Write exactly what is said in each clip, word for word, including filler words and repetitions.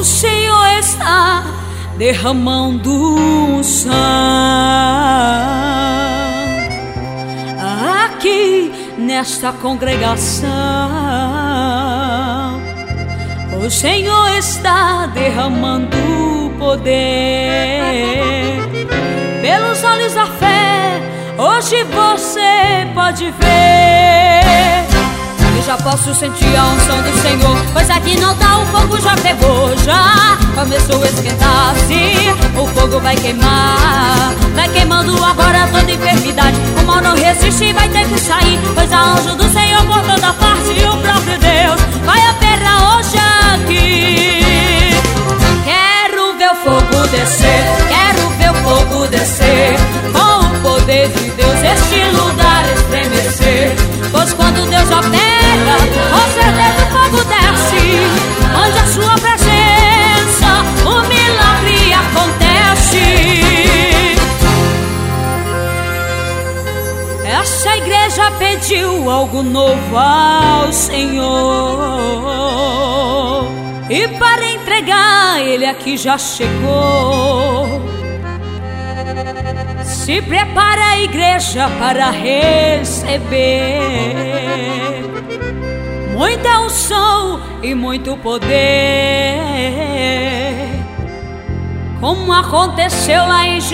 O Senhor está derramando unção aqui nesta congregação. O Senhor está derramando poder. Pelos olhos da fé, hoje você pode ver. Eu já posso sentir a unção do Senhor, pois aqui não tá, o fogo já pegou. Já começou a esquentar-se, o fogo vai queimar. Vai queimando agora toda enfermidade. O mal não resiste, vai ter que sair, pois há anjo do Senhor por toda parte. E o próprio Deus vai operar hoje aqui. Quero ver o fogo descer, quero ver o fogo descer. Com o poder de Deus este lugar estremecer. Pois quando Deus opera, com certeza o fogo desce. Onde a sua presença, o milagre acontece. Essa igreja pediu algo novo ao Senhor, e para entregar Ele aqui já chegou. Se prepara a igreja para receber muita unção e muito poder, como aconteceu lá em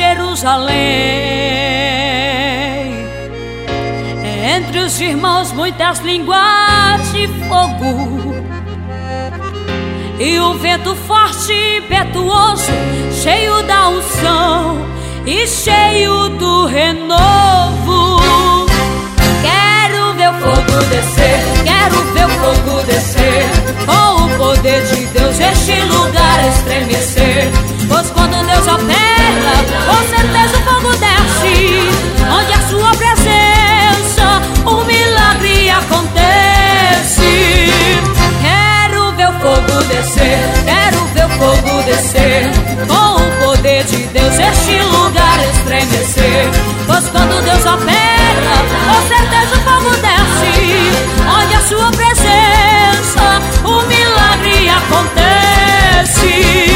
Jerusalém. Entre os irmãos muitas línguas de fogo, e o vento forte e impetuoso, cheio da unção e cheio do renovo. Quero ver o fogo descer, quero ver o fogo descer. Com o poder de Deus este lugar estremecer. Pois quando Deus opera, com certeza o fogo desce. Onde a sua presença, o milagre acontece. Quero ver o fogo descer, quero ver o fogo descer. Com o poder de Deus este lugar estremecer. Pois quando Deus opera, com certeza o fogo desce. Onde a sua presença, o milagre acontece.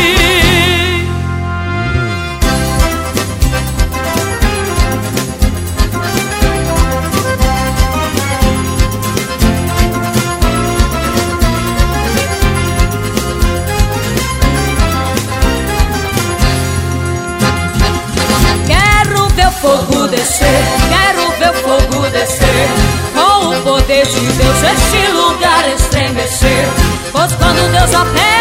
Fogo descer, quero ver o fogo descer. Com o poder de Deus este lugar estremecer. Pois quando Deus opera,